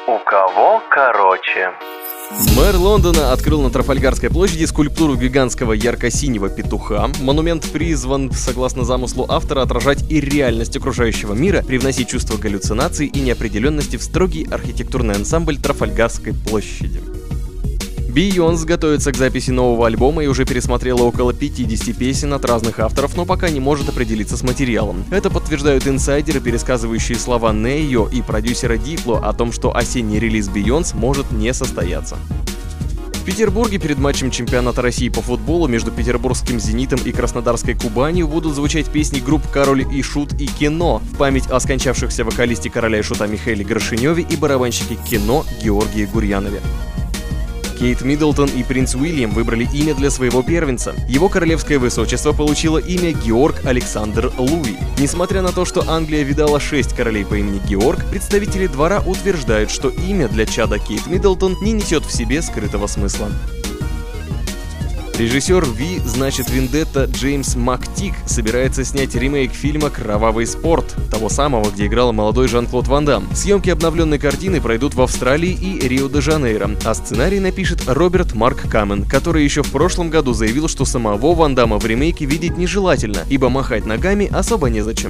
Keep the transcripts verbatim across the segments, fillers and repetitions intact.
У кого короче? Мэр Лондона открыл на Трафальгарской площади скульптуру гигантского ярко-синего петуха. Монумент призван, согласно замыслу автора, отражать и реальность окружающего мира, привносить чувство галлюцинаций и неопределенности в строгий архитектурный ансамбль Трафальгарской площади. Бейонс готовится к записи нового альбома и уже пересмотрела около пятидесяти песен от разных авторов, но пока не может определиться с материалом. Это подтверждают инсайдеры, пересказывающие слова Нейо и продюсера Дипло о том, что осенний релиз Бейонс может не состояться. В Петербурге перед матчем чемпионата России по футболу между петербургским «Зенитом» и краснодарской «Кубанью» будут звучать песни групп «Король и Шут» и «Кино» в память о скончавшихся вокалисте «Короля и Шута» Михаиле Горшеневе и барабанщике «Кино» Георгии Гурьянове. Кейт Миддлтон и принц Уильям выбрали имя для своего первенца. Его королевское высочество получило имя Георг Александр Луи. Несмотря на то, что Англия видала шесть королей по имени Георг, представители двора утверждают, что имя для чада Кейт Миддлтон не несет в себе скрытого смысла. Режиссер Ви, значит Вендетта Джеймс Мактик собирается снять ремейк фильма «Кровавый спорт», того самого, где играл молодой Жан-Клод Ван Дамм. Съемки обновленной картины пройдут в Австралии и Рио-де-Жанейро, а сценарий напишет Роберт Марк Камен, который еще в прошлом году заявил, что самого Ван Дамма в ремейке видеть нежелательно, ибо махать ногами особо незачем.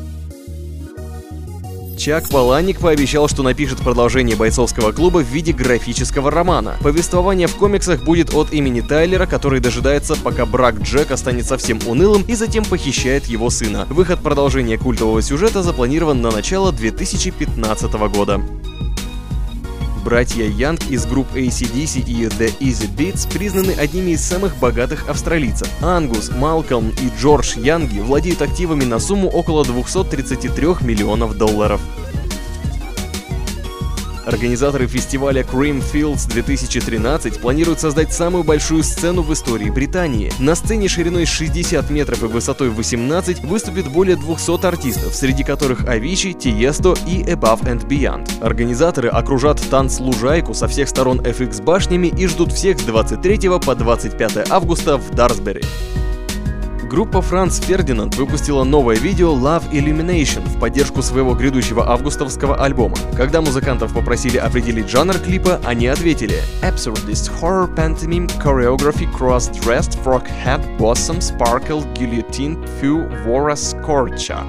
Чак Паланик пообещал, что напишет продолжение «Бойцовского клуба» в виде графического романа. Повествование в комиксах будет от имени Тайлера, который дожидается, пока брак Джек станет совсем унылым, и затем похищает его сына. Выход продолжения культового сюжета запланирован на начало две тысячи пятнадцатого года. Братья Янг из групп эй си ди си и The Easy Beats признаны одними из самых богатых австралийцев. Ангус, Малкольм и Джордж Янги владеют активами на сумму около двухсот тридцати трёх миллионов долларов. Организаторы фестиваля Creamfields две тысячи тринадцать планируют создать самую большую сцену в истории Британии. На сцене шириной шестьдесят метров и высотой восемнадцать выступит более двухсот артистов, среди которых Avicii, Tiesto и Above and Beyond. Организаторы окружат танц-лужайку со всех сторон эф икс башнями и ждут всех с двадцать третьего по двадцать пятое августа в Дарсбери. Группа Франц Фердинанд выпустила новое видео Love Illumination в поддержку своего грядущего августовского альбома. Когда музыкантов попросили определить жанр клипа, они ответили: Absurdist horror pantomime choreography cross-dressed frog head bosom sparkle guillotine few vora scorcha.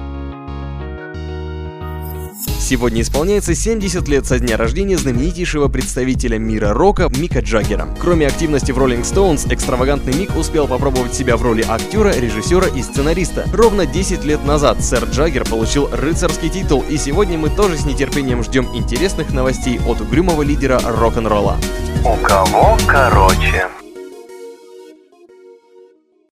Сегодня исполняется семьдесят лет со дня рождения знаменитейшего представителя мира рока Мика Джаггера. Кроме активности в Rolling Stones, экстравагантный Мик успел попробовать себя в роли актера, режиссера и сценариста. Ровно десять лет назад сэр Джаггер получил рыцарский титул, и сегодня мы тоже с нетерпением ждем интересных новостей от угрюмого лидера рок-н-ролла. У кого короче?